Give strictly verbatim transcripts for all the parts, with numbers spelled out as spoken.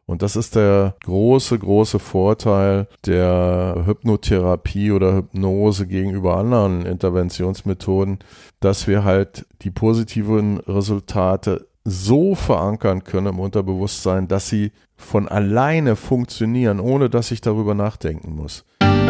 Und das ist der große, große Vorteil der Hypnotherapie oder Hypnose gegenüber anderen Interventionsmethoden, dass wir halt die positiven Resultate so verankern können im Unterbewusstsein, dass sie von alleine funktionieren, ohne dass ich darüber nachdenken muss.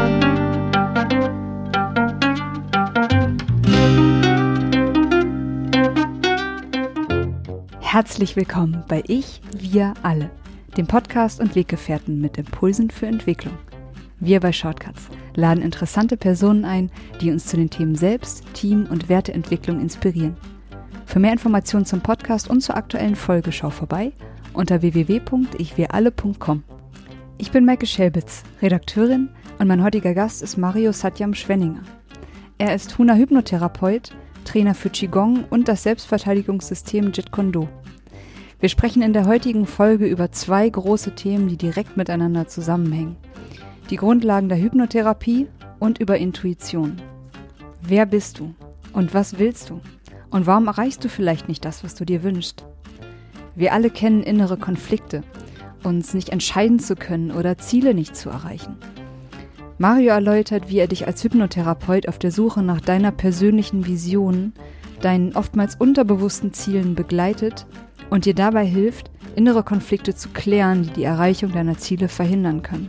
Herzlich willkommen bei Ich, Wir, Alle, dem Podcast und Weggefährten mit Impulsen für Entwicklung. Wir bei Shortcuts laden interessante Personen ein, die uns zu den Themen Selbst-, Team- und Werteentwicklung inspirieren. Für mehr Informationen zum Podcast und zur aktuellen Folge schau vorbei unter w w w punkt ich wir alle punkt com. Ich bin Maike Schelbitz, Redakteurin, und mein heutiger Gast ist Mario Satyam Schwenninger. Er ist Huna-Hypnotherapeut, Trainer für Qigong und das Selbstverteidigungssystem Jeet Kune Do. Wir sprechen in der heutigen Folge über zwei große Themen, die direkt miteinander zusammenhängen. Die Grundlagen der Hypnotherapie und über Intuition. Wer bist du? Und was willst du? Und warum erreichst du vielleicht nicht das, was du dir wünschst? Wir alle kennen innere Konflikte, uns nicht entscheiden zu können oder Ziele nicht zu erreichen. Mario erläutert, wie er dich als Hypnotherapeut auf der Suche nach deiner persönlichen Vision, deinen oftmals unterbewussten Zielen begleitet und dir dabei hilft, innere Konflikte zu klären, die die Erreichung deiner Ziele verhindern können.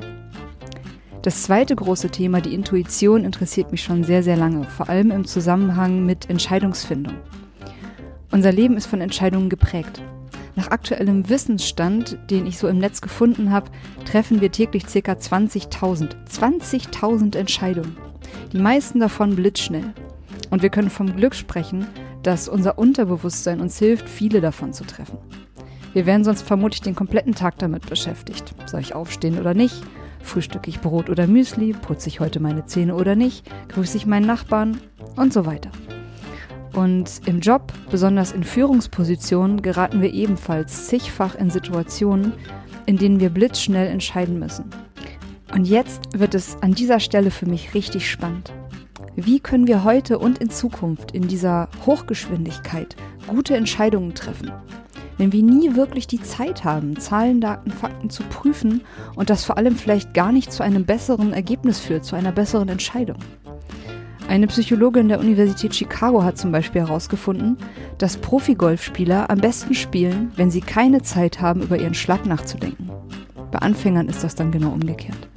Das zweite große Thema, die Intuition, interessiert mich schon sehr, sehr lange, vor allem im Zusammenhang mit Entscheidungsfindung. Unser Leben ist von Entscheidungen geprägt. Nach aktuellem Wissensstand, den ich so im Netz gefunden habe, treffen wir täglich ca. zwanzigtausend. zwanzigtausend Entscheidungen. Die meisten davon blitzschnell. Und wir können vom Glück sprechen, dass unser Unterbewusstsein uns hilft, viele davon zu treffen. Wir wären sonst vermutlich den kompletten Tag damit beschäftigt. Soll ich aufstehen oder nicht? Frühstücke ich Brot oder Müsli? Putze ich heute meine Zähne oder nicht? Grüße ich meinen Nachbarn? Und so weiter. Und im Job, besonders in Führungspositionen, geraten wir ebenfalls zigfach in Situationen, in denen wir blitzschnell entscheiden müssen. Und jetzt wird es an dieser Stelle für mich richtig spannend. Wie können wir heute und in Zukunft in dieser Hochgeschwindigkeit gute Entscheidungen treffen, wenn wir nie wirklich die Zeit haben, Zahlen, Daten, Fakten zu prüfen und das vor allem vielleicht gar nicht zu einem besseren Ergebnis führt, zu einer besseren Entscheidung? Eine Psychologin der Universität Chicago hat zum Beispiel herausgefunden, dass Profi-Golfspieler am besten spielen, wenn sie keine Zeit haben, über ihren Schlag nachzudenken. Bei Anfängern ist das dann genau umgekehrt.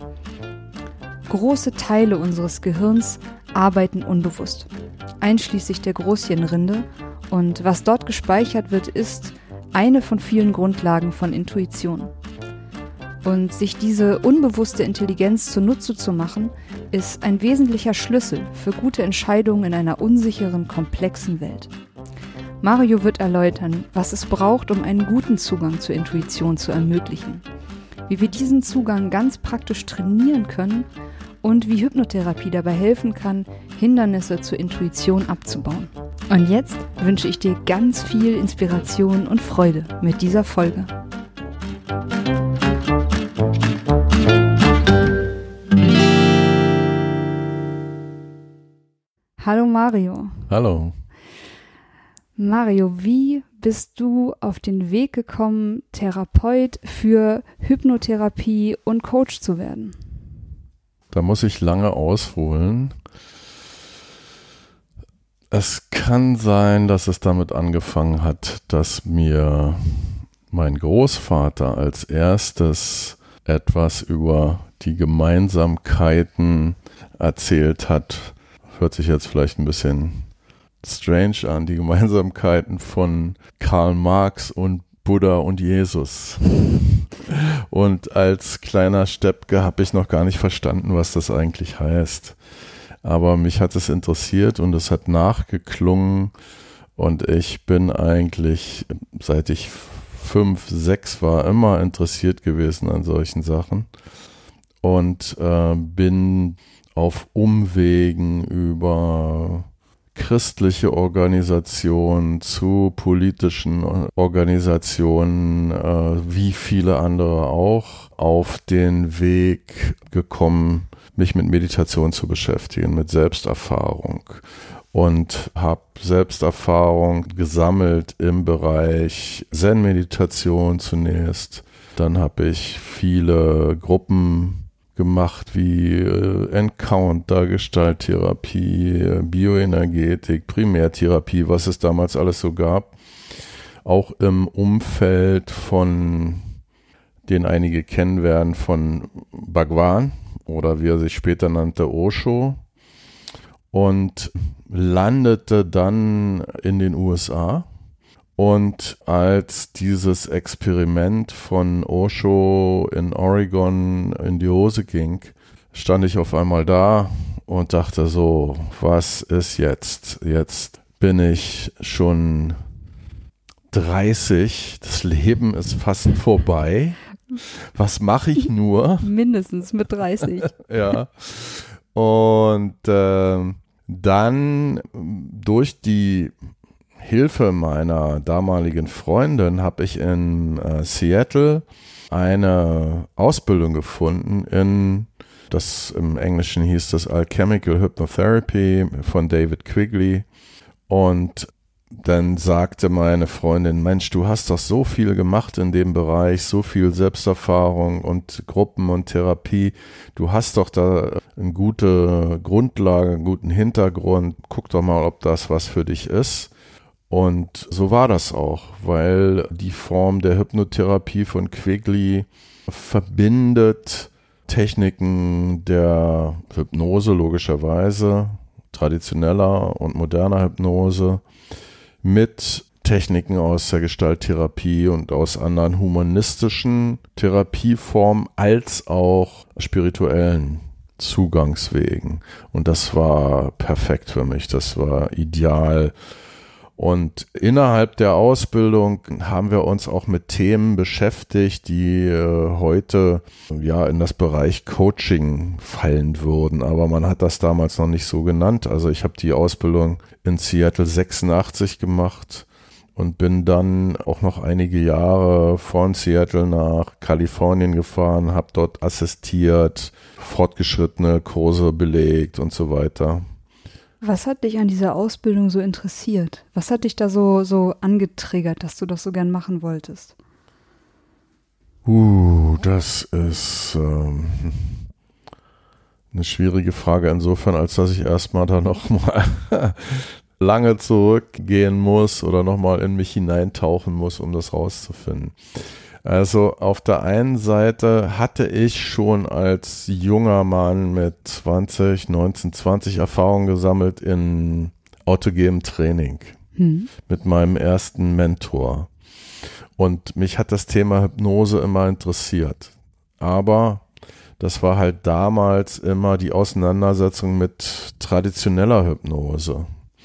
Große Teile unseres Gehirns arbeiten unbewusst, einschließlich der Großhirnrinde, und was dort gespeichert wird, ist eine von vielen Grundlagen von Intuition. Und sich diese unbewusste Intelligenz zunutze zu machen, ist ein wesentlicher Schlüssel für gute Entscheidungen in einer unsicheren, komplexen Welt. Mario wird erläutern, was es braucht, um einen guten Zugang zur Intuition zu ermöglichen, wie wir diesen Zugang ganz praktisch trainieren können und wie Hypnotherapie dabei helfen kann, Hindernisse zur Intuition abzubauen. Und jetzt wünsche ich dir ganz viel Inspiration und Freude mit dieser Folge. Hallo Mario. Hallo. Mario, wie bist du auf den Weg gekommen, Therapeut für Hypnotherapie und Coach zu werden? Da muss ich lange ausholen. Es kann sein, dass es damit angefangen hat, dass mir mein Großvater als erstes etwas über die Gemeinsamkeiten erzählt hat. Hört sich jetzt vielleicht ein bisschen strange an, die Gemeinsamkeiten von Karl Marx und Buddha und Jesus. Und als kleiner Steppke habe ich noch gar nicht verstanden, was das eigentlich heißt. Aber mich hat es interessiert und es hat nachgeklungen, und ich bin eigentlich, seit ich fünf, sechs war, immer interessiert gewesen an solchen Sachen und äh, bin auf Umwegen über christliche Organisationen zu politischen Organisationen, äh, wie viele andere auch, auf den Weg gekommen, mich mit Meditation zu beschäftigen, mit Selbsterfahrung. Und habe Selbsterfahrung gesammelt im Bereich Zen-Meditation zunächst, Dann habe ich viele Gruppen gemacht wie äh, Encounter, Gestalttherapie, äh, Bioenergetik, Primärtherapie, was es damals alles so gab. Auch im Umfeld von, den einige kennen werden, von Bhagwan oder wie er sich später nannte, Osho. Und landete dann in den U S A. Und als dieses Experiment von Osho in Oregon in die Hose ging, stand ich auf einmal da und dachte so, was ist jetzt? Jetzt bin ich schon dreißig, das Leben ist fast vorbei. Was mache ich nur? Mindestens mit dreißig. Ja. Und äh, dann durch die Hilfe meiner damaligen Freundin habe ich in äh, Seattle eine Ausbildung gefunden in, das im Englischen hieß das Alchemical Hypnotherapy von David Quigley. Und dann sagte meine Freundin, Mensch, du hast doch so viel gemacht in dem Bereich, so viel Selbsterfahrung und Gruppen und Therapie. Du hast doch da eine gute Grundlage, einen guten Hintergrund. Guck doch mal, ob das was für dich ist. Und so war das auch, weil die Form der Hypnotherapie von Quigley verbindet Techniken der Hypnose logischerweise, traditioneller und moderner Hypnose, mit Techniken aus der Gestalttherapie und aus anderen humanistischen Therapieformen als auch spirituellen Zugangswegen. Und das war perfekt für mich, das war ideal. Und innerhalb der Ausbildung haben wir uns auch mit Themen beschäftigt, die äh, heute ja in das Bereich Coaching fallen würden. Aber man hat das damals noch nicht so genannt. Also ich habe die Ausbildung in Seattle sechsundachtzig gemacht und bin dann auch noch einige Jahre von Seattle nach Kalifornien gefahren, habe dort assistiert, fortgeschrittene Kurse belegt und so weiter. Was hat dich an dieser Ausbildung so interessiert? Was hat dich da so, so angetriggert, dass du das so gern machen wolltest? Uh, das ist ähm, eine schwierige Frage insofern, als dass ich erstmal da nochmal lange zurückgehen muss oder nochmal in mich hineintauchen muss, um das rauszufinden. Also auf der einen Seite hatte ich schon als junger Mann mit zwanzig, neunzehn, zwanzig Erfahrung gesammelt in autogenem Training hm. mit meinem ersten Mentor. Und mich hat das Thema Hypnose immer interessiert. Aber das war halt damals immer die Auseinandersetzung mit traditioneller Hypnose.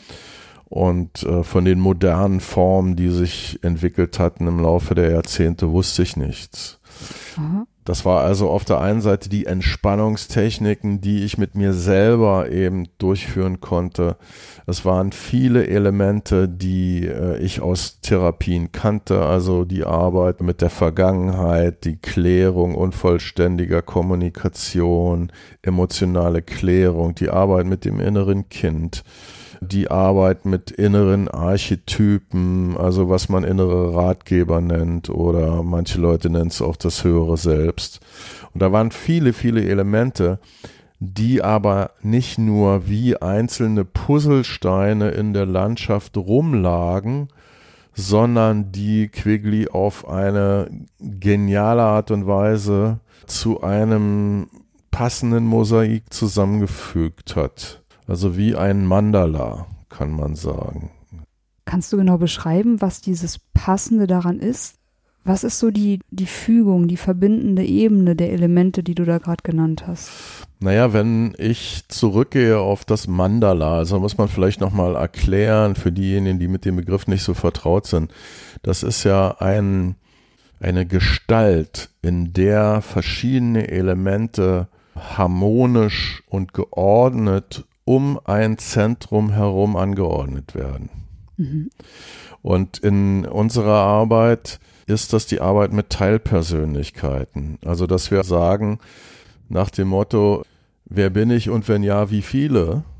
Und äh, von den modernen Formen, die sich entwickelt hatten im Laufe der Jahrzehnte, wusste ich nichts. Aha. Das war also auf der einen Seite die Entspannungstechniken, die ich mit mir selber eben durchführen konnte. Es waren viele Elemente, die äh, ich aus Therapien kannte, also die Arbeit mit der Vergangenheit, die Klärung unvollständiger Kommunikation, emotionale Klärung, die Arbeit mit dem inneren Kind, die Arbeit mit inneren Archetypen, also was man innere Ratgeber nennt oder manche Leute nennen es auch das höhere Selbst. Und da waren viele, viele Elemente, die aber nicht nur wie einzelne Puzzlesteine in der Landschaft rumlagen, sondern die Quigley auf eine geniale Art und Weise zu einem passenden Mosaik zusammengefügt hat. Also wie ein Mandala, kann man sagen. Kannst du genau beschreiben, was dieses Passende daran ist? Was ist so die, die Fügung, die verbindende Ebene der Elemente, die du da gerade genannt hast? Naja, wenn ich zurückgehe auf das Mandala, also muss man vielleicht nochmal erklären für diejenigen, die mit dem Begriff nicht so vertraut sind. Das ist ja ein, eine Gestalt, in der verschiedene Elemente harmonisch und geordnet um ein Zentrum herum angeordnet werden. Mhm. Und in unserer Arbeit ist das die Arbeit mit Teilpersönlichkeiten. Also, dass wir sagen, nach dem Motto, wer bin ich und wenn ja, wie viele?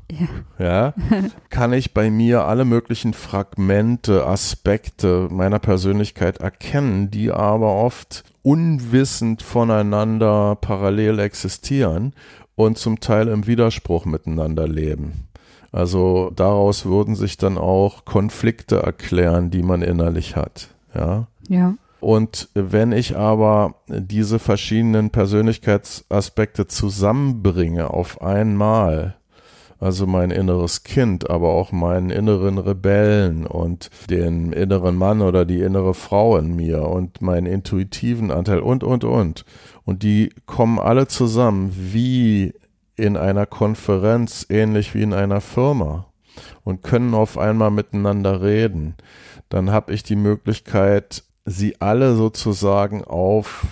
ja. ja, kann ich bei mir alle möglichen Fragmente, Aspekte meiner Persönlichkeit erkennen, die aber oft unwissend voneinander parallel existieren und zum Teil im Widerspruch miteinander leben. Also daraus würden sich dann auch Konflikte erklären, die man innerlich hat. Ja. Ja. Und wenn ich aber diese verschiedenen Persönlichkeitsaspekte zusammenbringe auf einmal, also mein inneres Kind, aber auch meinen inneren Rebellen und den inneren Mann oder die innere Frau in mir und meinen intuitiven Anteil und, und, und. Und die kommen alle zusammen wie in einer Konferenz, ähnlich wie in einer Firma und können auf einmal miteinander reden. Dann habe ich die Möglichkeit, sie alle sozusagen auf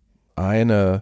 eine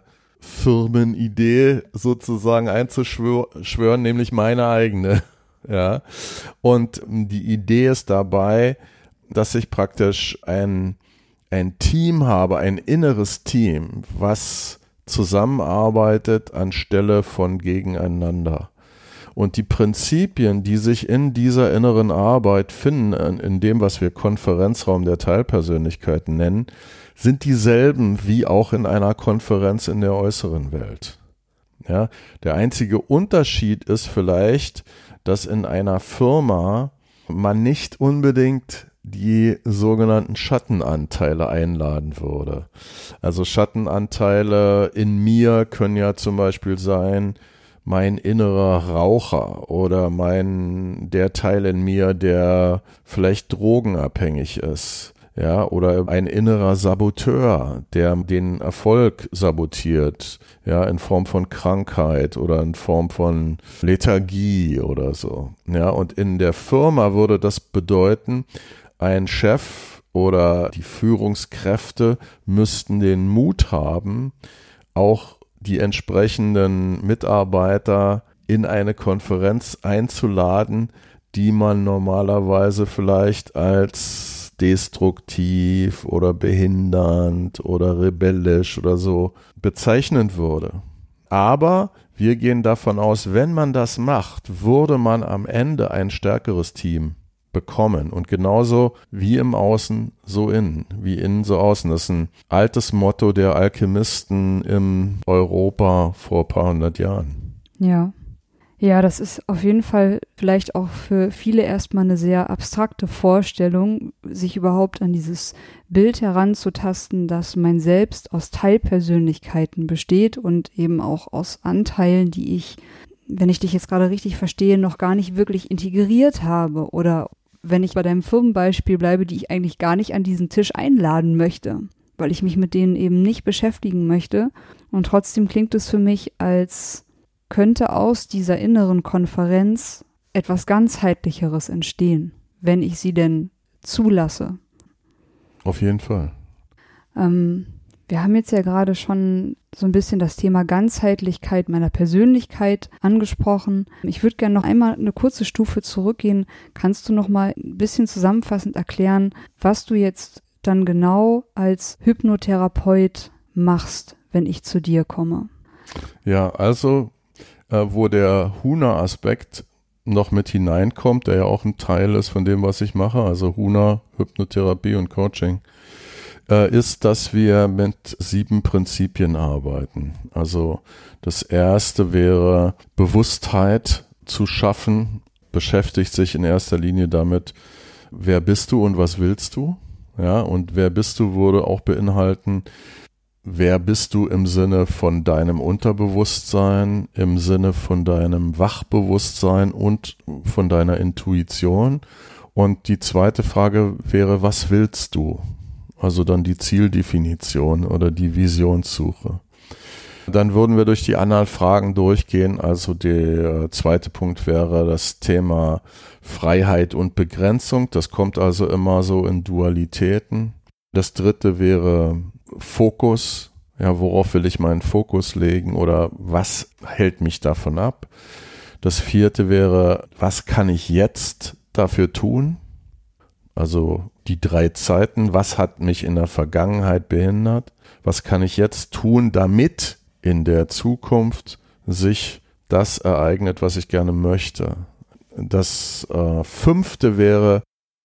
Firmenidee sozusagen einzuschwören, nämlich meine eigene. Ja. Und die Idee ist dabei, dass ich praktisch ein, ein Team habe, ein inneres Team, was zusammenarbeitet anstelle von gegeneinander. Und die Prinzipien, die sich in dieser inneren Arbeit finden, in dem, was wir Konferenzraum der Teilpersönlichkeiten nennen, sind dieselben wie auch in einer Konferenz in der äußeren Welt. Ja, der einzige Unterschied ist vielleicht, dass in einer Firma man nicht unbedingt die sogenannten Schattenanteile einladen würde. Also Schattenanteile in mir können ja zum Beispiel sein, mein innerer Raucher oder mein, der Teil in mir, der vielleicht drogenabhängig ist. Ja, oder ein innerer Saboteur, der den Erfolg sabotiert, ja, in Form von Krankheit oder in Form von Lethargie oder so. Ja, und in der Firma würde das bedeuten, ein Chef oder die Führungskräfte müssten den Mut haben, auch die entsprechenden Mitarbeiter in eine Konferenz einzuladen, die man normalerweise vielleicht als destruktiv oder behindernd oder rebellisch oder so bezeichnen würde. Aber wir gehen davon aus, wenn man das macht, würde man am Ende ein stärkeres Team bekommen. Und genauso wie im Außen, so innen. Wie innen, so außen. Das ist ein altes Motto der Alchemisten in Europa vor ein paar hundert Jahren. Ja. Ja, das ist auf jeden Fall vielleicht auch für viele erstmal eine sehr abstrakte Vorstellung, sich überhaupt an dieses Bild heranzutasten, dass mein Selbst aus Teilpersönlichkeiten besteht und eben auch aus Anteilen, die ich, wenn ich dich jetzt gerade richtig verstehe, noch gar nicht wirklich integriert habe oder wenn ich bei deinem Firmenbeispiel bleibe, die ich eigentlich gar nicht an diesen Tisch einladen möchte, weil ich mich mit denen eben nicht beschäftigen möchte. Und trotzdem klingt es für mich, als könnte aus dieser inneren Konferenz etwas Ganzheitlicheres entstehen, wenn ich sie denn zulasse. Auf jeden Fall. Ähm, wir haben jetzt ja gerade schon so ein bisschen das Thema Ganzheitlichkeit meiner Persönlichkeit angesprochen. Ich würde gerne noch einmal eine kurze Stufe zurückgehen. Kannst du noch mal ein bisschen zusammenfassend erklären, was du jetzt dann genau als Hypnotherapeut machst, wenn ich zu dir komme? Ja, also äh, wo der Huna-Aspekt noch mit hineinkommt, der ja auch ein Teil ist von dem, was ich mache, also Huna, Hypnotherapie und Coaching, äh, ist, dass wir mit sieben Prinzipien arbeiten. Also das erste wäre Bewusstheit zu schaffen, beschäftigt sich in erster Linie damit, wer bist du und was willst du? Ja, und wer bist du würde auch beinhalten, wer bist du im Sinne von deinem Unterbewusstsein, im Sinne von deinem Wachbewusstsein und von deiner Intuition? Und die zweite Frage wäre, was willst du? Also dann die Zieldefinition oder die Visionssuche. Dann würden wir durch die anderen Fragen durchgehen. Also der zweite Punkt wäre das Thema Freiheit und Begrenzung. Das kommt also immer so in Dualitäten. Das dritte wäre Fokus, ja, worauf will ich meinen Fokus legen oder was hält mich davon ab? Das vierte wäre, was kann ich jetzt dafür tun? Also die drei Zeiten, was hat mich in der Vergangenheit behindert? Was kann ich jetzt tun, damit in der Zukunft sich das ereignet, was ich gerne möchte. Das äh, fünfte wäre,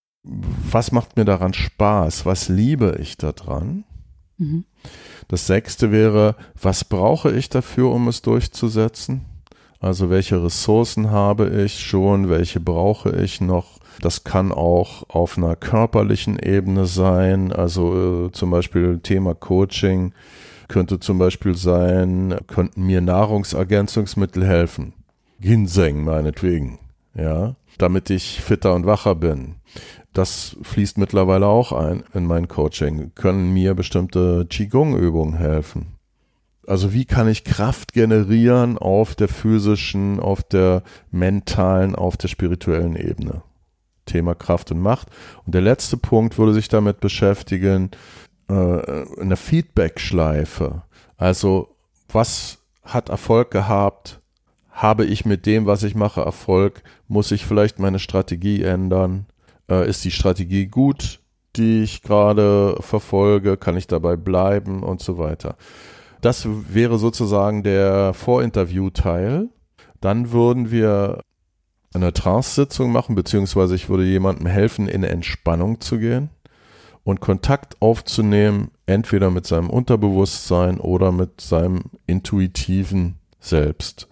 was macht mir daran Spaß? Was liebe ich daran? Mhm. Das sechste wäre, was brauche ich dafür, um es durchzusetzen? Also welche Ressourcen habe ich schon, welche brauche ich noch? Das kann auch auf einer körperlichen Ebene sein, also äh, zum Beispiel Thema Coaching könnte zum Beispiel sein, könnten mir Nahrungsergänzungsmittel helfen. Ginseng meinetwegen, ja, damit ich fitter und wacher bin. Das fließt mittlerweile auch ein in mein Coaching. Können mir bestimmte Qigong-Übungen helfen? Also wie kann ich Kraft generieren auf der physischen, auf der mentalen, auf der spirituellen Ebene? Thema Kraft und Macht. Und der letzte Punkt würde sich damit beschäftigen, äh, eine Feedback-Schleife. Also was hat Erfolg gehabt? Habe ich mit dem, was ich mache, Erfolg? Muss ich vielleicht meine Strategie ändern? Äh, ist die Strategie gut, die ich gerade verfolge? Kann ich dabei bleiben und so weiter? Das wäre sozusagen der Vorinterview-Teil. Dann würden wir eine Trance-Sitzung machen, beziehungsweise ich würde jemandem helfen, in Entspannung zu gehen und Kontakt aufzunehmen, entweder mit seinem Unterbewusstsein oder mit seinem intuitiven Selbst.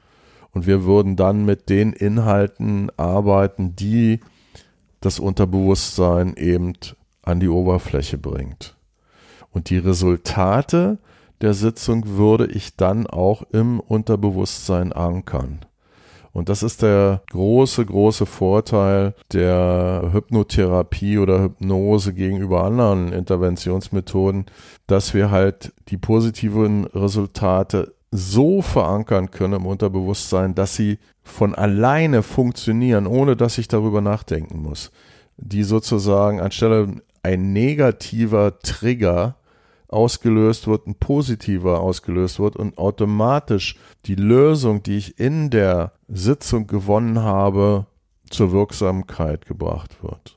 Und wir würden dann mit den Inhalten arbeiten, die das Unterbewusstsein eben an die Oberfläche bringt. Und die Resultate der Sitzung würde ich dann auch im Unterbewusstsein ankern. Und das ist der große, große Vorteil der Hypnotherapie oder Hypnose gegenüber anderen Interventionsmethoden, dass wir halt die positiven Resultate so verankern können im Unterbewusstsein, dass sie von alleine funktionieren, ohne dass ich darüber nachdenken muss. Die sozusagen anstelle ein negativer Trigger ausgelöst wird, ein positiver ausgelöst wird und automatisch die Lösung, die ich in der Sitzung gewonnen habe, zur Wirksamkeit gebracht wird.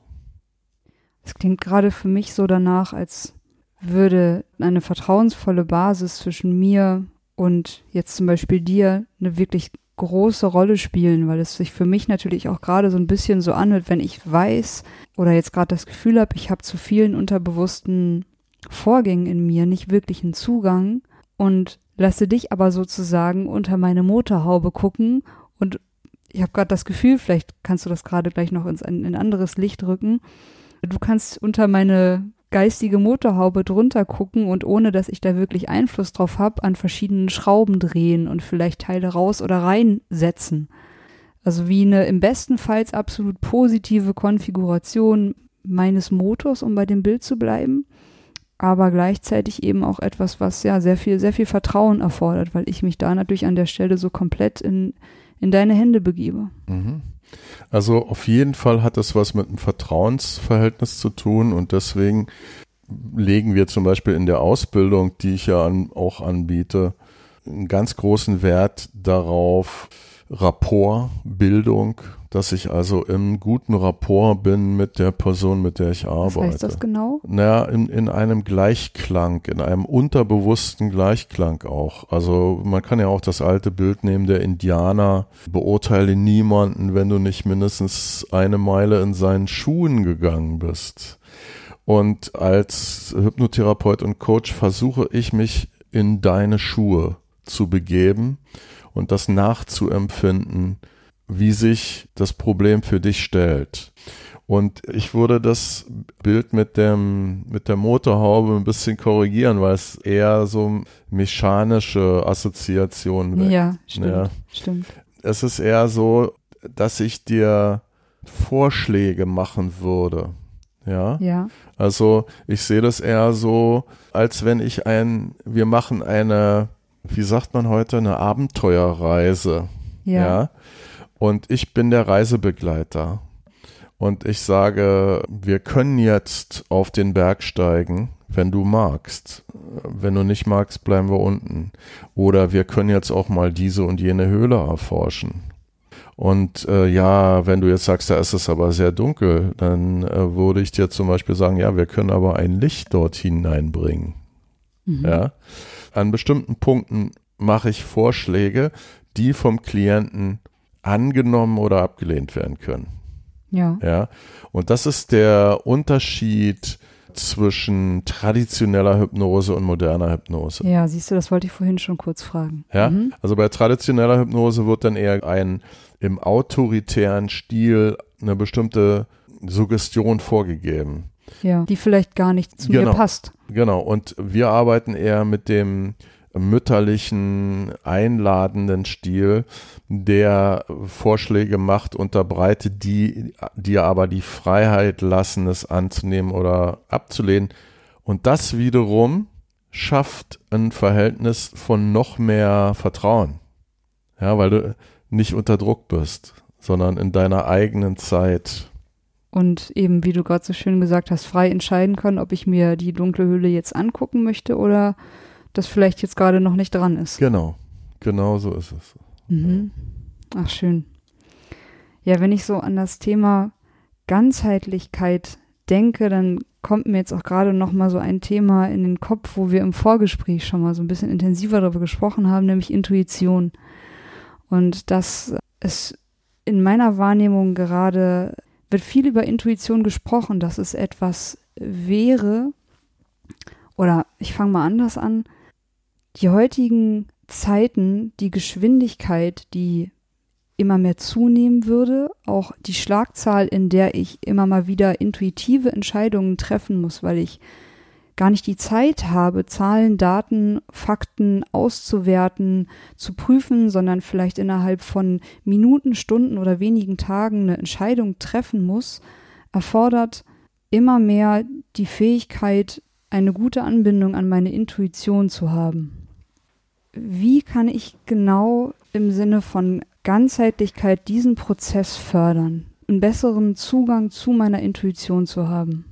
Es klingt gerade für mich so danach, als würde eine vertrauensvolle Basis zwischen mir und jetzt zum Beispiel dir eine wirklich große Rolle spielen, weil es sich für mich natürlich auch gerade so ein bisschen so anhört, wenn ich weiß oder jetzt gerade das Gefühl habe, ich habe zu vielen unterbewussten Vorgängen in mir nicht wirklich einen Zugang und lasse dich aber sozusagen unter meine Motorhaube gucken und ich habe gerade das Gefühl, vielleicht kannst du das gerade gleich noch ins, in ein anderes Licht rücken, du kannst unter meine geistige Motorhaube drunter gucken und ohne, dass ich da wirklich Einfluss drauf habe, an verschiedenen Schrauben drehen und vielleicht Teile raus oder reinsetzen. Also wie eine im besten Fall absolut positive Konfiguration meines Motors, um bei dem Bild zu bleiben, aber gleichzeitig eben auch etwas, was ja sehr viel, sehr viel Vertrauen erfordert, weil ich mich da natürlich an der Stelle so komplett in, in deine Hände begebe. Also auf jeden Fall hat das was mit einem Vertrauensverhältnis zu tun und deswegen legen wir zum Beispiel in der Ausbildung, die ich ja an, auch anbiete, einen ganz großen Wert darauf, Rapportbildung, dass ich also im guten Rapport bin mit der Person, mit der ich arbeite. Was heißt das genau? Naja, in, in einem Gleichklang, in einem unterbewussten Gleichklang auch. Also man kann ja auch das alte Bild nehmen, der Indianer, beurteile niemanden, wenn du nicht mindestens eine Meile in seinen Schuhen gegangen bist. Und als Hypnotherapeut und Coach versuche ich mich in deine Schuhe zu begeben und das nachzuempfinden, wie sich das Problem für dich stellt. Und ich würde das Bild mit dem mit der Motorhaube ein bisschen korrigieren, weil es eher so mechanische Assoziationen weckt. Ja, stimmt, ja. stimmt. Es ist eher so, dass ich dir Vorschläge machen würde. Ja? Ja. Also ich sehe das eher so, als wenn ich ein, wir machen eine, wie sagt man heute, eine Abenteuerreise. Ja. Ja. Und ich bin der Reisebegleiter. Und ich sage, wir können jetzt auf den Berg steigen, wenn du magst. Wenn du nicht magst, bleiben wir unten. Oder wir können jetzt auch mal diese und jene Höhle erforschen. Und äh, ja, wenn du jetzt sagst, da ist es aber sehr dunkel, dann äh, würde ich dir zum Beispiel sagen, ja, wir können aber ein Licht dort hineinbringen. Mhm. Ja. An bestimmten Punkten mache ich Vorschläge, die vom Klienten angenommen oder abgelehnt werden können. Ja. Ja. Und das ist der Unterschied zwischen traditioneller Hypnose und moderner Hypnose. Ja, siehst du, das wollte ich vorhin schon kurz fragen. Ja, mhm. Also bei traditioneller Hypnose wird dann eher ein im autoritären Stil eine bestimmte Suggestion vorgegeben. Ja, die vielleicht gar nicht zu genau. mir passt. Genau, und wir arbeiten eher mit dem mütterlichen, einladenden Stil, der Vorschläge macht, unterbreitet, die dir aber die Freiheit lassen, es anzunehmen oder abzulehnen. Und das wiederum schafft ein Verhältnis von noch mehr Vertrauen. Ja, weil du nicht unter Druck bist, sondern in deiner eigenen Zeit. Und eben, wie du gerade so schön gesagt hast, frei entscheiden können, ob ich mir die dunkle Höhle jetzt angucken möchte oder das vielleicht jetzt gerade noch nicht dran ist. Genau, genau so ist es. Mhm. Ach, schön. Ja, wenn ich so an das Thema Ganzheitlichkeit denke, dann kommt mir jetzt auch gerade noch mal so ein Thema in den Kopf, wo wir im Vorgespräch schon mal so ein bisschen intensiver darüber gesprochen haben, nämlich Intuition. Und dass es in meiner Wahrnehmung gerade wird viel über Intuition gesprochen, dass es etwas wäre, oder ich fange mal anders an, die heutigen Zeiten, die Geschwindigkeit, die immer mehr zunehmen würde, auch die Schlagzahl, in der ich immer mal wieder intuitive Entscheidungen treffen muss, weil ich gar nicht die Zeit habe, Zahlen, Daten, Fakten auszuwerten, zu prüfen, sondern vielleicht innerhalb von Minuten, Stunden oder wenigen Tagen eine Entscheidung treffen muss, erfordert immer mehr die Fähigkeit, eine gute Anbindung an meine Intuition zu haben. Wie kann ich genau im Sinne von Ganzheitlichkeit diesen Prozess fördern, einen besseren Zugang zu meiner Intuition zu haben?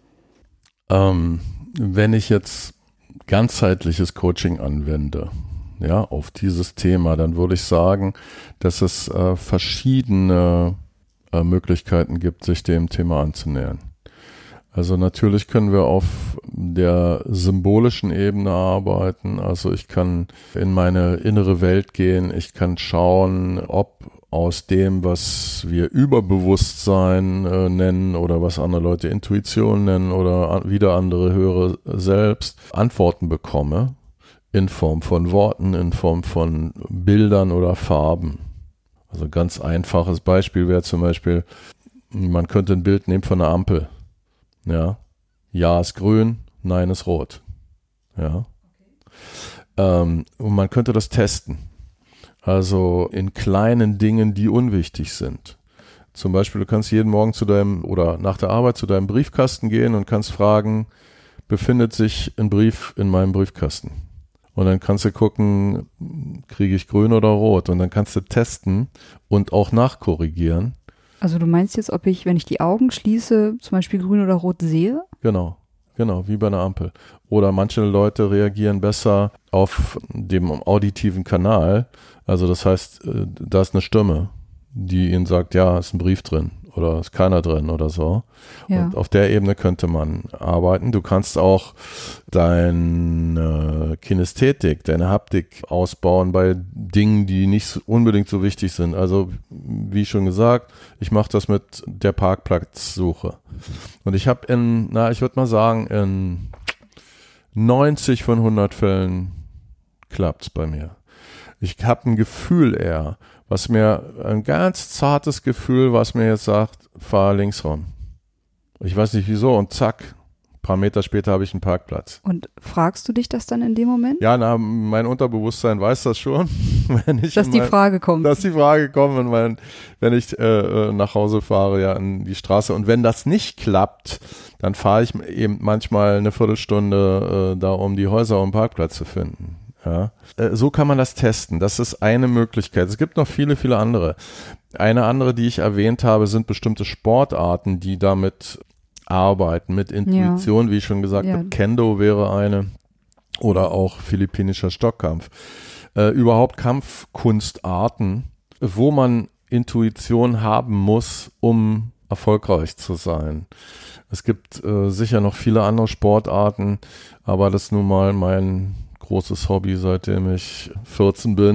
Ähm, wenn ich jetzt ganzheitliches Coaching anwende, ja, auf dieses Thema, dann würde ich sagen, dass es äh, verschiedene äh, Möglichkeiten gibt, sich dem Thema anzunähern. Also natürlich können wir auf der symbolischen Ebene arbeiten. Also ich kann in meine innere Welt gehen. Ich kann schauen, ob aus dem, was wir Überbewusstsein äh, nennen oder was andere Leute Intuition nennen oder an, wieder andere höhere selbst, Antworten bekomme in Form von Worten, in Form von Bildern oder Farben. Also ein ganz einfaches Beispiel wäre zum Beispiel, man könnte ein Bild nehmen von einer Ampel. Ja, ja ist grün, nein ist rot. Ja. Ähm, und man könnte das testen. Also in kleinen Dingen, die unwichtig sind. Zum Beispiel, du kannst jeden Morgen zu deinem oder nach der Arbeit zu deinem Briefkasten gehen und kannst fragen, befindet sich ein Brief in meinem Briefkasten? Und dann kannst du gucken, kriege ich grün oder rot? Und dann kannst du testen und auch nachkorrigieren. Also du meinst jetzt, ob ich, wenn ich die Augen schließe, zum Beispiel grün oder rot sehe? Genau, genau, wie bei einer Ampel. Oder manche Leute reagieren besser auf dem auditiven Kanal. Also das heißt, da ist eine Stimme, die ihnen sagt, ja, ist ein Brief drin oder ist keiner drin oder so. Ja. Und auf der Ebene könnte man arbeiten. Du kannst auch deine Kinästhetik, deine Haptik ausbauen bei Dingen, die nicht unbedingt so wichtig sind. Also wie schon gesagt, ich mache das mit der Parkplatzsuche. Und ich habe in, na, ich würde mal sagen, in neunzig von hundert Fällen klappt's bei mir. Ich habe ein Gefühl eher, was mir, ein ganz zartes Gefühl, was mir jetzt sagt, fahr links rum. Ich weiß nicht wieso und zack, ein paar Meter später habe ich einen Parkplatz. Und fragst du dich das dann in dem Moment? Ja, na, mein Unterbewusstsein weiß das schon. wenn ich dass die mein, Frage kommt. Dass die Frage kommt, wenn, mein, wenn ich äh, nach Hause fahre, ja, in die Straße. Und wenn das nicht klappt, dann fahre ich eben manchmal eine Viertelstunde äh, da, um die Häuser um den Parkplatz zu finden. Ja, so kann man das testen. Das ist eine Möglichkeit. Es gibt noch viele, viele andere. Eine andere, die ich erwähnt habe, sind bestimmte Sportarten, die damit arbeiten, mit Intuition, ja. Wie ich schon gesagt ja. habe. Kendo wäre eine oder auch philippinischer Stockkampf. Äh, überhaupt Kampfkunstarten, wo man Intuition haben muss, um erfolgreich zu sein. Es gibt äh, sicher noch viele andere Sportarten, aber das ist nun mal mein großes Hobby, seitdem ich vierzehn bin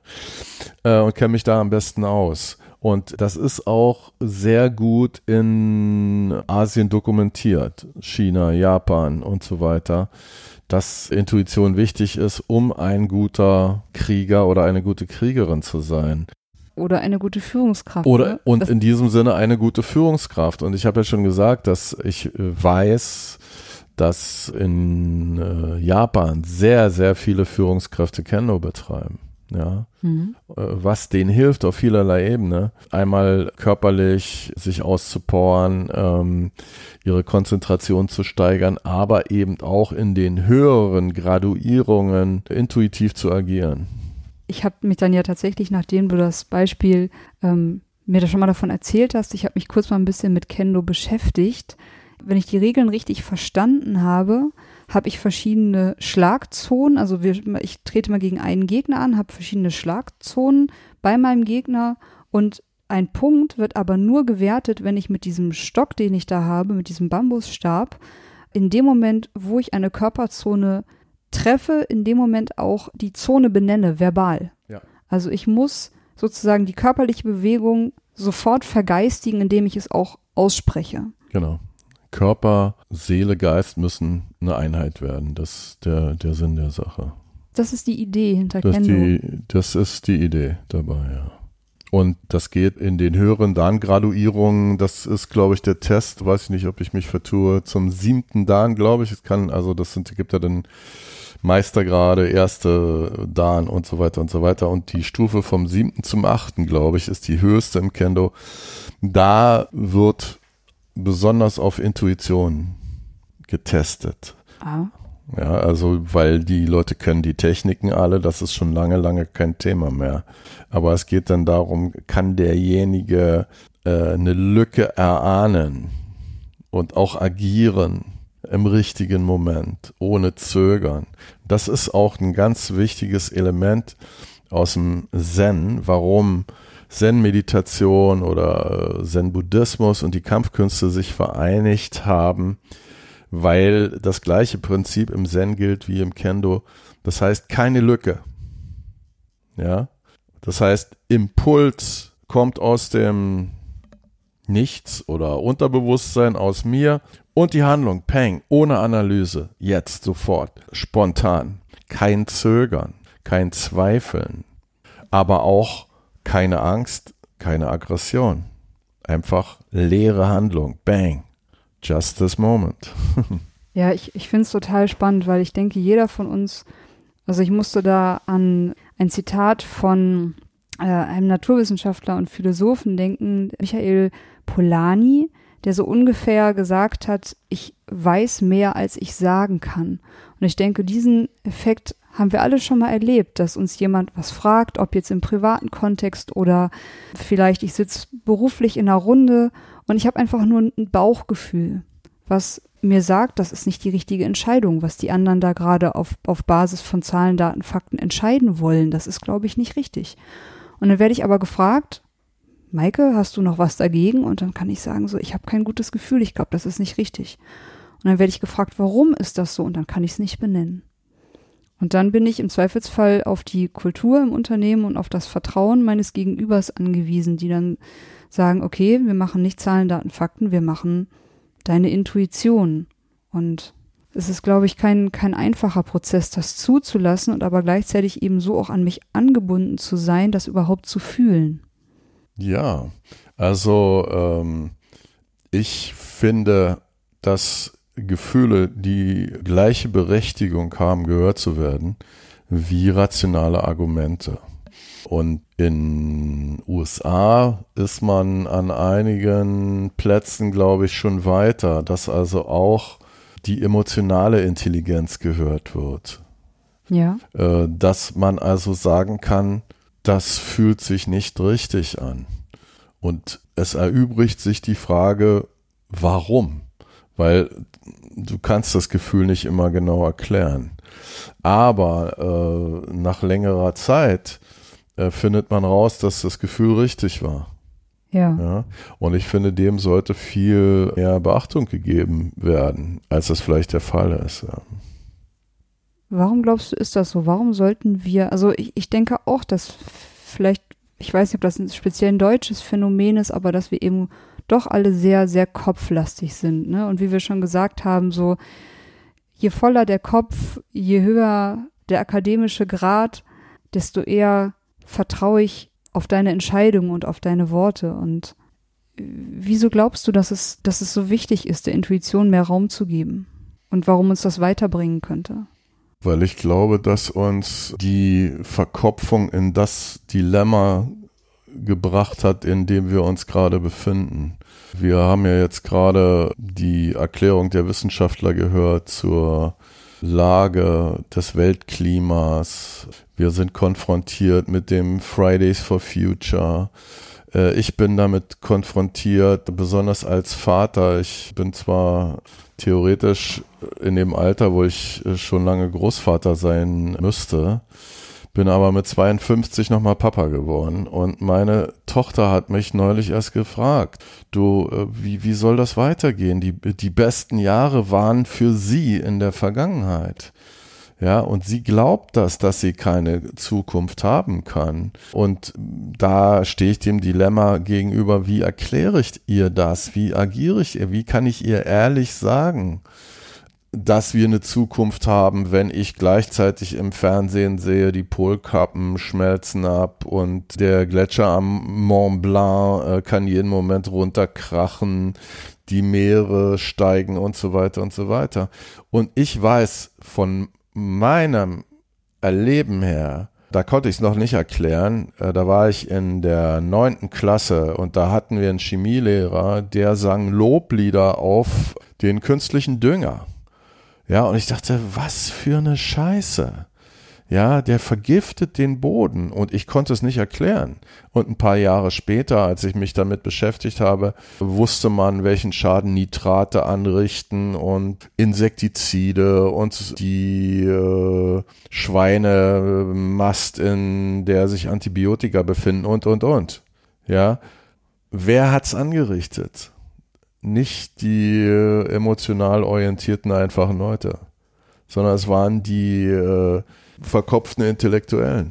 äh, und kenne mich da am besten aus. Und das ist auch sehr gut in Asien dokumentiert, China, Japan und so weiter, dass Intuition wichtig ist, um ein guter Krieger oder eine gute Kriegerin zu sein. Oder eine gute Führungskraft. Oder ne? und das in diesem Sinne eine gute Führungskraft. Und ich habe ja schon gesagt, dass ich weiß, dass in äh, Japan sehr, sehr viele Führungskräfte Kendo betreiben. Ja, mhm. was denen hilft auf vielerlei Ebene. Einmal körperlich sich auszupowern, ähm, ihre Konzentration zu steigern, aber eben auch in den höheren Graduierungen intuitiv zu agieren. Ich habe mich dann ja tatsächlich, nachdem du das Beispiel ähm, mir da schon mal davon erzählt hast, ich habe mich kurz mal ein bisschen mit Kendo beschäftigt. Wenn ich die Regeln richtig verstanden habe, habe ich verschiedene Schlagzonen, also wir, ich trete mal gegen einen Gegner an, habe verschiedene Schlagzonen bei meinem Gegner und ein Punkt wird aber nur gewertet, wenn ich mit diesem Stock, den ich da habe, mit diesem Bambusstab, in dem Moment, wo ich eine Körperzone treffe, in dem Moment auch die Zone benenne, verbal. Ja. Also ich muss sozusagen die körperliche Bewegung sofort vergeistigen, indem ich es auch ausspreche. Genau. Körper, Seele, Geist müssen eine Einheit werden. Das ist der, der Sinn der Sache. Das ist die Idee hinter Das, Kendo. die, das ist die Idee dabei, ja. Und das geht in den höheren Dan-Graduierungen, das ist, glaube ich, der Test, weiß ich nicht, ob ich mich vertue, zum siebten Dan, glaube ich. Es kann, also das sind, gibt ja dann Meistergrade, erste Dan und so weiter und so weiter. Und die Stufe vom siebten zum achten, glaube ich, ist die höchste im Kendo. Da wird besonders auf Intuition getestet. Ah. Ja, also weil die Leute können die Techniken alle, das ist schon lange, lange kein Thema mehr. Aber es geht dann darum, kann derjenige äh, eine Lücke erahnen und auch agieren im richtigen Moment, ohne Zögern. Das ist auch ein ganz wichtiges Element aus dem Zen, warum Zen-Meditation oder Zen-Buddhismus und die Kampfkünste sich vereinigt haben, weil das gleiche Prinzip im Zen gilt wie im Kendo. Das heißt, keine Lücke. Ja, das heißt, Impuls kommt aus dem Nichts oder Unterbewusstsein aus mir und die Handlung, Peng, ohne Analyse, jetzt, sofort, spontan, kein Zögern, kein Zweifeln, aber auch keine Angst, keine Aggression. Einfach leere Handlung. Bang. Just this moment. Ja, ich, ich finde es total spannend, weil ich denke, jeder von uns, also ich musste da an ein Zitat von äh, einem Naturwissenschaftler und Philosophen denken, Michael Polanyi, der so ungefähr gesagt hat, ich weiß mehr, als ich sagen kann. Und ich denke, diesen Effekt haben wir alle schon mal erlebt, dass uns jemand was fragt, ob jetzt im privaten Kontext oder vielleicht ich sitze beruflich in einer Runde und ich habe einfach nur ein Bauchgefühl, was mir sagt, das ist nicht die richtige Entscheidung, was die anderen da gerade auf, auf Basis von Zahlen, Daten, Fakten entscheiden wollen. Das ist, glaube ich, nicht richtig. Und dann werde ich aber gefragt, Maike, hast du noch was dagegen? Und dann kann ich sagen, so, ich habe kein gutes Gefühl, ich glaube, das ist nicht richtig. Und dann werde ich gefragt, warum ist das so? Und dann kann ich es nicht benennen. Und dann bin ich im Zweifelsfall auf die Kultur im Unternehmen und auf das Vertrauen meines Gegenübers angewiesen, die dann sagen, okay, wir machen nicht Zahlen, Daten, Fakten, wir machen deine Intuition. Und es ist, glaube ich, kein, kein einfacher Prozess, das zuzulassen und aber gleichzeitig eben so auch an mich angebunden zu sein, das überhaupt zu fühlen. Ja, also ähm, ich finde, dass Gefühle die gleiche Berechtigung haben, gehört zu werden, wie rationale Argumente. Und in U S A ist man an einigen Plätzen, glaube ich, schon weiter, dass also auch die emotionale Intelligenz gehört wird. Ja. Äh, dass man also sagen kann, das fühlt sich nicht richtig an. Und es erübrigt sich die Frage, warum? Weil du kannst das Gefühl nicht immer genau erklären. Aber äh, nach längerer Zeit äh, findet man raus, dass das Gefühl richtig war. Ja. Ja. Und ich finde, dem sollte viel mehr Beachtung gegeben werden, als das vielleicht der Fall ist. Ja. Warum glaubst du, ist das so? Warum sollten wir, also ich, ich denke auch, dass vielleicht, ich weiß nicht, ob das ein speziell ein deutsches Phänomen ist, aber dass wir eben doch alle sehr, sehr kopflastig sind, ne? Und wie wir schon gesagt haben, so je voller der Kopf, je höher der akademische Grad, desto eher vertraue ich auf deine Entscheidung und auf deine Worte. Und wieso glaubst du, dass es, dass es so wichtig ist, der Intuition mehr Raum zu geben? Und warum uns das weiterbringen könnte? Weil ich glaube, dass uns die Verkopfung in das Dilemma gebracht hat, in dem wir uns gerade befinden. Wir haben ja jetzt gerade die Erklärung der Wissenschaftler gehört zur Lage des Weltklimas. Wir sind konfrontiert mit dem Fridays for Future. Ich bin damit konfrontiert, besonders als Vater. Ich bin zwar theoretisch in dem Alter, wo ich schon lange Großvater sein müsste, bin aber mit zweiundfünfzig nochmal Papa geworden. Und meine Tochter hat mich neulich erst gefragt, du, wie, wie soll das weitergehen? Die, die besten Jahre waren für sie in der Vergangenheit. Ja, und sie glaubt das, dass sie keine Zukunft haben kann. Und da stehe ich dem Dilemma gegenüber, wie erkläre ich ihr das? Wie agiere ich ihr? Wie kann ich ihr ehrlich sagen, dass wir eine Zukunft haben, wenn ich gleichzeitig im Fernsehen sehe, die Polkappen schmelzen ab und der Gletscher am Mont Blanc äh, kann jeden Moment runterkrachen, die Meere steigen und so weiter und so weiter. Und ich weiß von meinem Erleben her, da konnte ich es noch nicht erklären, äh, da war ich in der neunten Klasse und da hatten wir einen Chemielehrer, der sang Loblieder auf den künstlichen Dünger. Ja, und ich dachte, was für eine Scheiße. Ja, der vergiftet den Boden und ich konnte es nicht erklären. Und ein paar Jahre später, als ich mich damit beschäftigt habe, wusste man, welchen Schaden Nitrate anrichten und Insektizide und die äh, Schweinemast, in der sich Antibiotika befinden und, und, und. Ja, wer hat's angerichtet? Nicht die äh, emotional orientierten, einfachen Leute, sondern es waren die äh, verkopften Intellektuellen.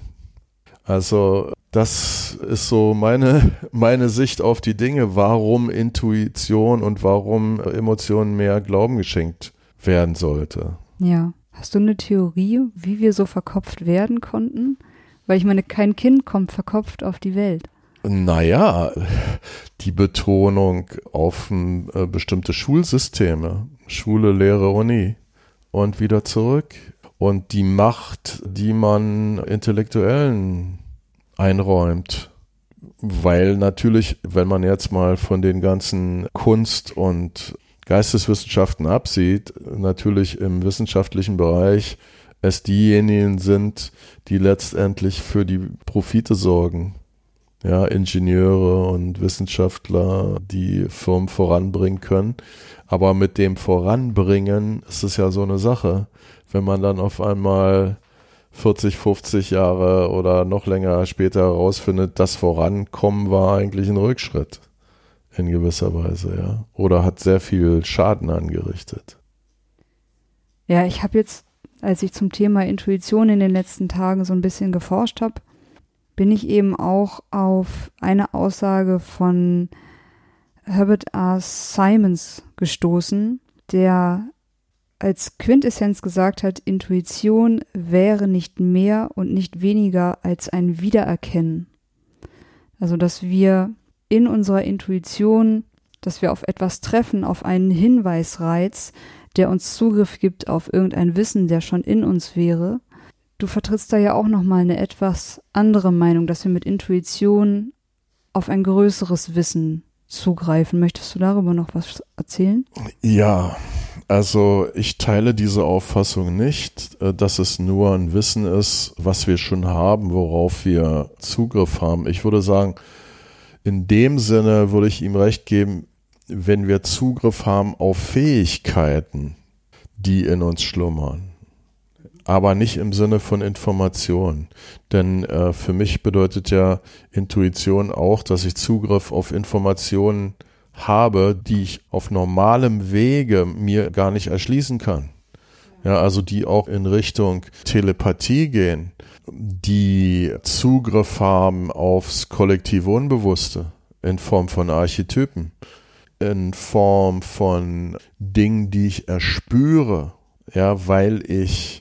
Also das ist so meine, meine Sicht auf die Dinge, warum Intuition und warum Emotionen mehr Glauben geschenkt werden sollte. Ja. Hast du eine Theorie, wie wir so verkopft werden konnten? Weil ich meine, kein Kind kommt verkopft auf die Welt. Naja, die Betonung auf äh, bestimmte Schulsysteme, Schule, Lehre, Uni und wieder zurück. Und die Macht, die man Intellektuellen einräumt. Weil natürlich, wenn man jetzt mal von den ganzen Kunst- und Geisteswissenschaften absieht, natürlich im wissenschaftlichen Bereich es diejenigen sind, die letztendlich für die Profite sorgen. Ja, Ingenieure und Wissenschaftler, die Firmen voranbringen können. Aber mit dem Voranbringen ist es ja so eine Sache. Wenn man dann auf einmal vierzig, fünfzig Jahre oder noch länger später herausfindet, das Vorankommen war eigentlich ein Rückschritt in gewisser Weise, ja. Oder hat sehr viel Schaden angerichtet. Ja, ich habe jetzt, als ich zum Thema Intuition in den letzten Tagen so ein bisschen geforscht habe, bin ich eben auch auf eine Aussage von Herbert R. Simons gestoßen, der als Quintessenz gesagt hat, Intuition wäre nicht mehr und nicht weniger als ein Wiedererkennen. Also, dass wir in unserer Intuition, dass wir auf etwas treffen, auf einen Hinweisreiz, der uns Zugriff gibt auf irgendein Wissen, der schon in uns wäre. Du vertrittst da ja auch nochmal eine etwas andere Meinung, dass wir mit Intuition auf ein größeres Wissen zugreifen. Möchtest du darüber noch was erzählen? Ja, also ich teile diese Auffassung nicht, dass es nur ein Wissen ist, was wir schon haben, worauf wir Zugriff haben. Ich würde sagen, in dem Sinne würde ich ihm recht geben, wenn wir Zugriff haben auf Fähigkeiten, die in uns schlummern. Aber nicht im Sinne von Information. Denn äh, für mich bedeutet ja Intuition auch, dass ich Zugriff auf Informationen habe, die ich auf normalem Wege mir gar nicht erschließen kann. Ja, also die auch in Richtung Telepathie gehen, die Zugriff haben aufs kollektive Unbewusste in Form von Archetypen, in Form von Dingen, die ich erspüre, ja, weil ich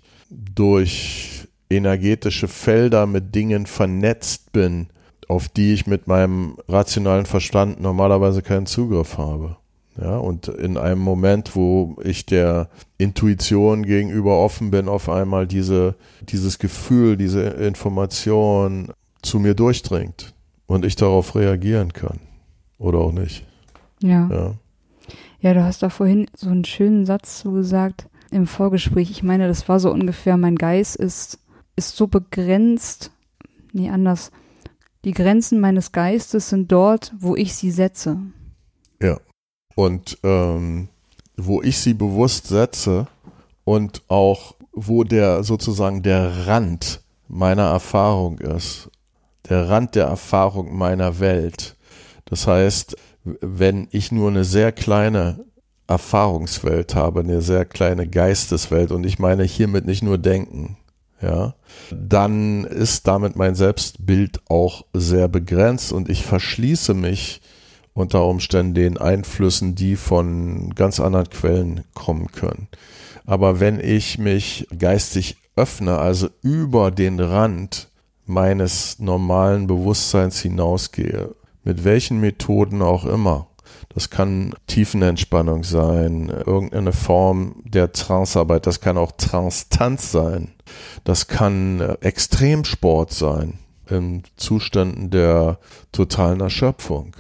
durch energetische Felder mit Dingen vernetzt bin, auf die ich mit meinem rationalen Verstand normalerweise keinen Zugriff habe. Ja, und in einem Moment, wo ich der Intuition gegenüber offen bin, auf einmal diese, dieses Gefühl, diese Information zu mir durchdringt und ich darauf reagieren kann. Oder auch nicht. Ja. Ja, ja, du hast da vorhin so einen schönen Satz so gesagt im Vorgespräch. Ich meine, das war so ungefähr, mein Geist ist, ist so begrenzt, nee, anders. Die Grenzen meines Geistes sind dort, wo ich sie setze. Ja. Und ähm, wo ich sie bewusst setze und auch wo der sozusagen der Rand meiner Erfahrung ist, der Rand der Erfahrung meiner Welt. Das heißt, wenn ich nur eine sehr kleine Erfahrungswelt habe, eine sehr kleine Geisteswelt, und ich meine hiermit nicht nur Denken, ja, dann ist damit mein Selbstbild auch sehr begrenzt und ich verschließe mich unter Umständen den Einflüssen, die von ganz anderen Quellen kommen können. Aber wenn ich mich geistig öffne, also über den Rand meines normalen Bewusstseins hinausgehe, mit welchen Methoden auch immer, das kann Tiefenentspannung sein, irgendeine Form der Trancearbeit, das kann auch Trance-Tanz sein, das kann Extremsport sein, in Zuständen der totalen Erschöpfung.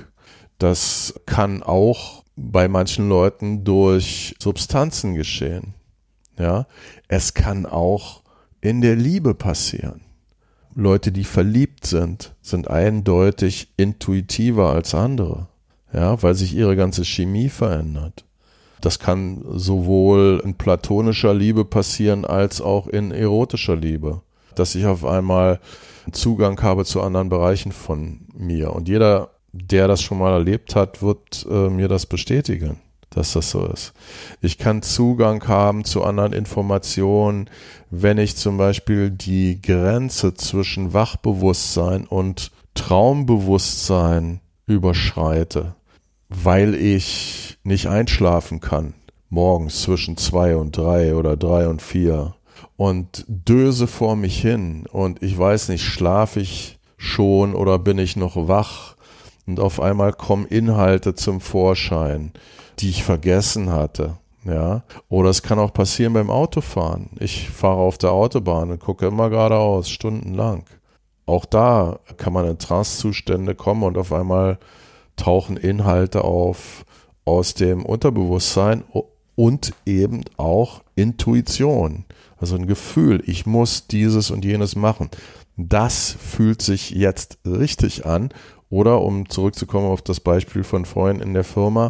Das kann auch bei manchen Leuten durch Substanzen geschehen. Ja, es kann auch in der Liebe passieren. Leute, die verliebt sind, sind eindeutig intuitiver als andere. Ja, weil sich ihre ganze Chemie verändert. Das kann sowohl in platonischer Liebe passieren als auch in erotischer Liebe. Dass ich auf einmal Zugang habe zu anderen Bereichen von mir. Und jeder, der das schon mal erlebt hat, wird äh, mir das bestätigen, dass das so ist. Ich kann Zugang haben zu anderen Informationen, wenn ich zum Beispiel die Grenze zwischen Wachbewusstsein und Traumbewusstsein überschreite, weil ich nicht einschlafen kann, morgens zwischen zwei und drei oder drei und vier und döse vor mich hin und ich weiß nicht, schlafe ich schon oder bin ich noch wach? Und auf einmal kommen Inhalte zum Vorschein, die ich vergessen hatte. Ja? Oder es kann auch passieren beim Autofahren. Ich fahre auf der Autobahn und gucke immer geradeaus, stundenlang. Auch da kann man in Trance-Zustände kommen und auf einmal tauchen Inhalte auf aus dem Unterbewusstsein und eben auch Intuition. Also ein Gefühl, ich muss dieses und jenes machen. Das fühlt sich jetzt richtig an. Oder, um zurückzukommen auf das Beispiel von vorhin in der Firma,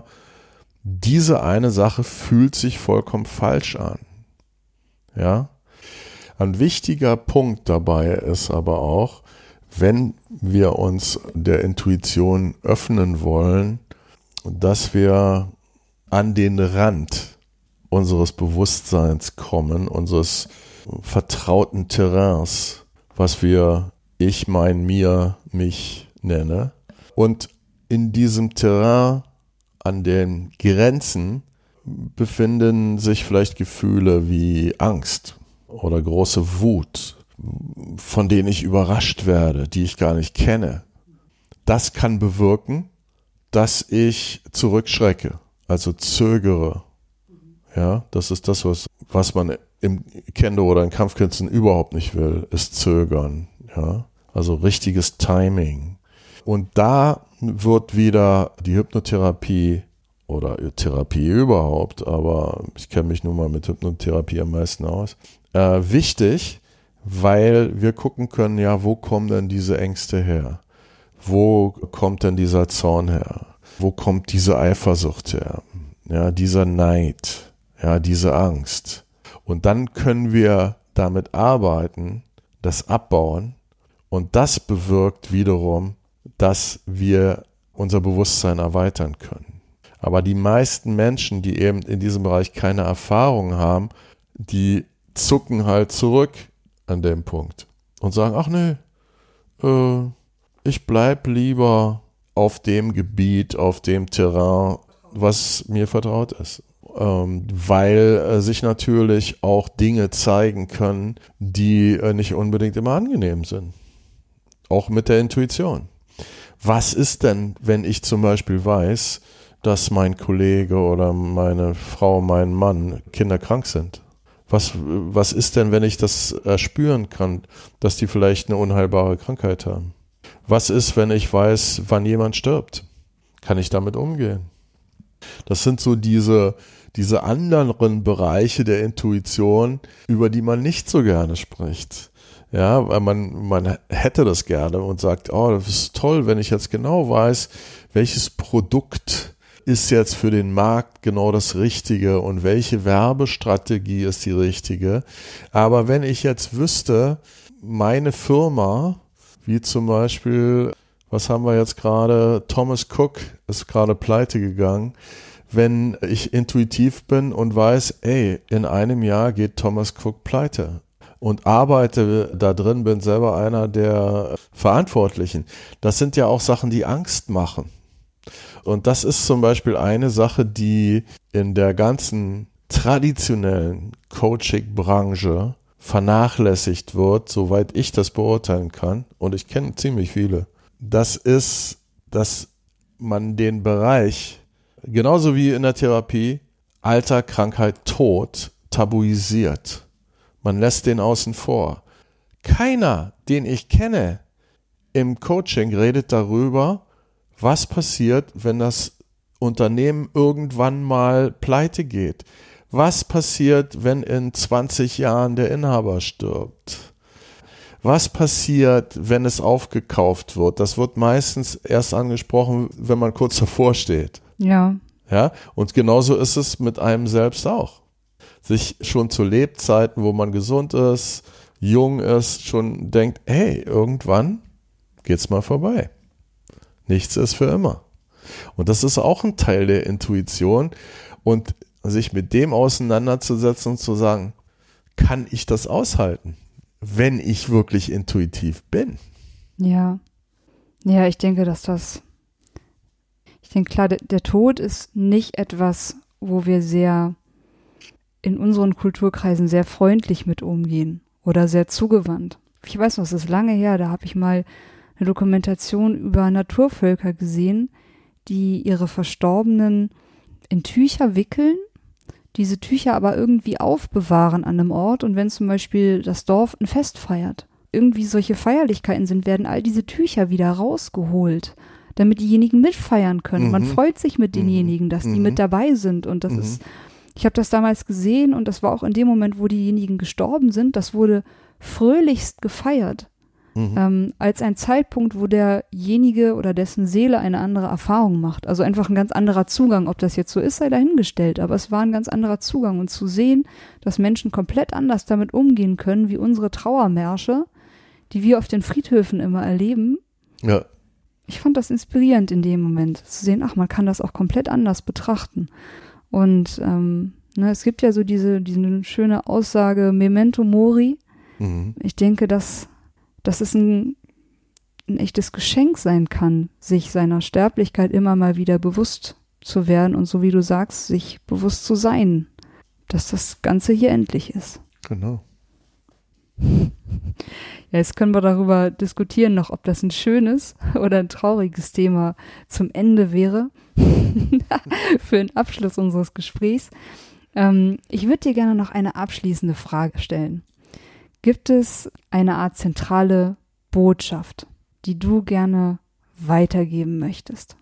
diese eine Sache fühlt sich vollkommen falsch an. Ja? Ein wichtiger Punkt dabei ist aber auch, wenn wir uns der Intuition öffnen wollen, dass wir an den Rand unseres Bewusstseins kommen, unseres vertrauten Terrains, was wir ich, mein, mir, mich nenne. Und in diesem Terrain, an den Grenzen, befinden sich vielleicht Gefühle wie Angst oder große Wut, von denen ich überrascht werde, die ich gar nicht kenne. Das kann bewirken, dass ich zurückschrecke, also zögere. Ja, das ist das, was, was man im Kendo oder in Kampfkünsten überhaupt nicht will, ist zögern. Ja, also richtiges Timing. Und da wird wieder die Hypnotherapie oder Therapie überhaupt, aber ich kenne mich nun mal mit Hypnotherapie am meisten aus, äh, wichtig, weil wir gucken können, ja, wo kommen denn diese Ängste her? Wo kommt denn dieser Zorn her? Wo kommt diese Eifersucht her? Ja, dieser Neid, ja, diese Angst. Und dann können wir damit arbeiten, das abbauen, und das bewirkt wiederum, dass wir unser Bewusstsein erweitern können. Aber die meisten Menschen, die eben in diesem Bereich keine Erfahrung haben, die zucken halt zurück an dem Punkt und sagen, ach nee, äh, ich bleib lieber auf dem Gebiet, auf dem Terrain, was mir vertraut ist. Ähm, weil äh, sich natürlich auch Dinge zeigen können, die äh, nicht unbedingt immer angenehm sind. Auch mit der Intuition. Was ist denn, wenn ich zum Beispiel weiß, dass mein Kollege oder meine Frau, mein Mann kinderkrank sind? Was, was ist denn, wenn ich das erspüren kann, dass die vielleicht eine unheilbare Krankheit haben? Was ist, wenn ich weiß, wann jemand stirbt? Kann ich damit umgehen? Das sind so diese, diese anderen Bereiche der Intuition, über die man nicht so gerne spricht. Ja, weil man, man hätte das gerne und sagt, oh, das ist toll, wenn ich jetzt genau weiß, welches Produkt ist jetzt für den Markt genau das Richtige und welche Werbestrategie ist die richtige. Aber wenn ich jetzt wüsste, meine Firma, wie zum Beispiel, was haben wir jetzt gerade, Thomas Cook ist gerade pleite gegangen, wenn ich intuitiv bin und weiß, ey, in einem Jahr geht Thomas Cook pleite und arbeite da drin, bin selber einer der Verantwortlichen. Das sind ja auch Sachen, die Angst machen. Und das ist zum Beispiel eine Sache, die in der ganzen traditionellen Coaching-Branche vernachlässigt wird, soweit ich das beurteilen kann. Und ich kenne ziemlich viele. Das ist, dass man den Bereich, genauso wie in der Therapie, Alter, Krankheit, Tod tabuisiert. Man lässt den außen vor. Keiner, den ich kenne, im Coaching redet darüber, was passiert, wenn das Unternehmen irgendwann mal pleite geht? Was passiert, wenn in zwanzig Jahren der Inhaber stirbt? Was passiert, wenn es aufgekauft wird? Das wird meistens erst angesprochen, wenn man kurz davor steht. Ja. Ja, und genauso ist es mit einem selbst auch. Sich schon zu Lebzeiten, wo man gesund ist, jung ist, schon denkt, hey, irgendwann geht's mal vorbei. Nichts ist für immer. Und das ist auch ein Teil der Intuition. Und sich mit dem auseinanderzusetzen und zu sagen, kann ich das aushalten, wenn ich wirklich intuitiv bin? Ja. Ja, ich denke, dass das, ich denke, klar, der, der Tod ist nicht etwas, wo wir sehr in unseren Kulturkreisen sehr freundlich mit umgehen oder sehr zugewandt. Ich weiß noch, es ist lange her, da habe ich mal eine Dokumentation über Naturvölker gesehen, die ihre Verstorbenen in Tücher wickeln, diese Tücher aber irgendwie aufbewahren an einem Ort, und wenn zum Beispiel das Dorf ein Fest feiert, irgendwie solche Feierlichkeiten sind, werden all diese Tücher wieder rausgeholt, damit diejenigen mitfeiern können. Mhm. Man freut sich mit denjenigen, dass mhm. die mit dabei sind, und das mhm. ist, ich habe das damals gesehen, und das war auch in dem Moment, wo diejenigen gestorben sind, das wurde fröhlichst gefeiert. Mhm. Ähm, als ein Zeitpunkt, wo derjenige oder dessen Seele eine andere Erfahrung macht. Also einfach ein ganz anderer Zugang. Ob das jetzt so ist, sei dahingestellt. Aber es war ein ganz anderer Zugang. Und zu sehen, dass Menschen komplett anders damit umgehen können, wie unsere Trauermärsche, die wir auf den Friedhöfen immer erleben. Ja. Ich fand das inspirierend in dem Moment. Zu sehen, ach, man kann das auch komplett anders betrachten. Und ähm, ne, es gibt ja so diese, diese schöne Aussage, Memento Mori. Mhm. Ich denke, dass dass es ein, ein echtes Geschenk sein kann, sich seiner Sterblichkeit immer mal wieder bewusst zu werden und, so wie du sagst, sich bewusst zu sein, dass das Ganze hier endlich ist. Genau. Ja, jetzt können wir darüber diskutieren noch, ob das ein schönes oder ein trauriges Thema zum Ende wäre für den Abschluss unseres Gesprächs. Ähm, ich würde dir gerne noch eine abschließende Frage stellen. Gibt es eine Art zentrale Botschaft, die du gerne weitergeben möchtest?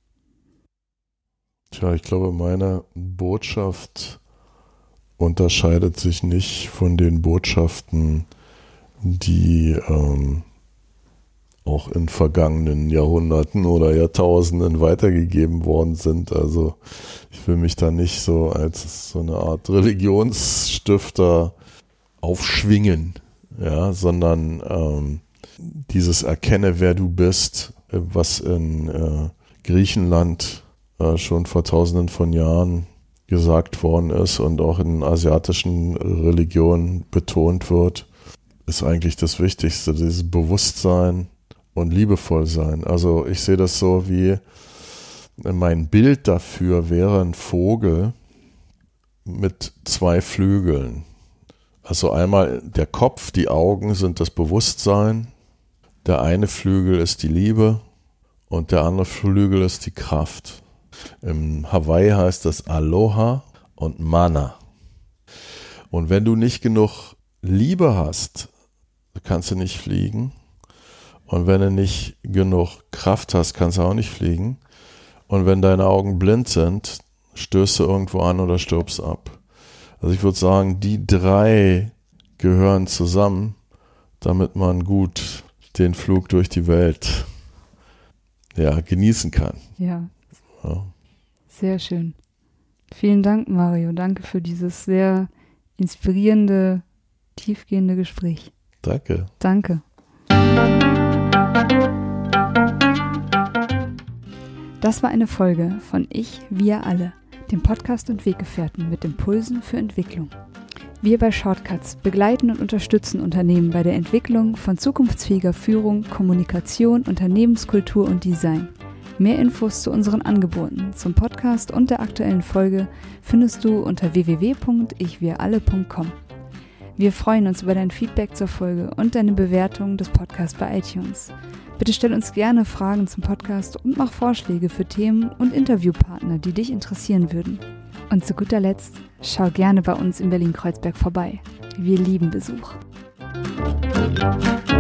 Tja, ich glaube, meine Botschaft unterscheidet sich nicht von den Botschaften, die ähm, auch in vergangenen Jahrhunderten oder Jahrtausenden weitergegeben worden sind. Also ich will mich da nicht so als so eine Art Religionsstifter aufschwingen, ja, sondern ähm, dieses Erkenne, wer du bist, was in äh, Griechenland äh, schon vor tausenden von Jahren gesagt worden ist und auch in asiatischen Religionen betont wird, ist eigentlich das Wichtigste, dieses Bewusstsein und liebevoll sein. Also ich sehe das so wie, mein Bild dafür wäre ein Vogel mit zwei Flügeln. Also einmal der Kopf, die Augen sind das Bewusstsein, der eine Flügel ist die Liebe und der andere Flügel ist die Kraft. Im Hawaii heißt das Aloha und Mana. Und wenn du nicht genug Liebe hast, kannst du nicht fliegen. Und wenn du nicht genug Kraft hast, kannst du auch nicht fliegen. Und wenn deine Augen blind sind, stößt du irgendwo an oder stirbst ab. Also ich würde sagen, die drei gehören zusammen, damit man gut den Flug durch die Welt ja, genießen kann. Ja. Ja. Sehr schön. Vielen Dank, Mario. Danke für dieses sehr inspirierende, tiefgehende Gespräch. Danke. Danke. Das war eine Folge von Ich, wir alle, dem Podcast und Weggefährten mit Impulsen für Entwicklung. Wir bei Shortcuts begleiten und unterstützen Unternehmen bei der Entwicklung von zukunftsfähiger Führung, Kommunikation, Unternehmenskultur und Design. Mehr Infos zu unseren Angeboten, zum Podcast und der aktuellen Folge findest du unter w w w punkt ich wir alle punkt com. Wir freuen uns über dein Feedback zur Folge und deine Bewertung des Podcasts bei iTunes. Bitte stell uns gerne Fragen zum Podcast und mach Vorschläge für Themen und Interviewpartner, die dich interessieren würden. Und zu guter Letzt, schau gerne bei uns in Berlin-Kreuzberg vorbei. Wir lieben Besuch.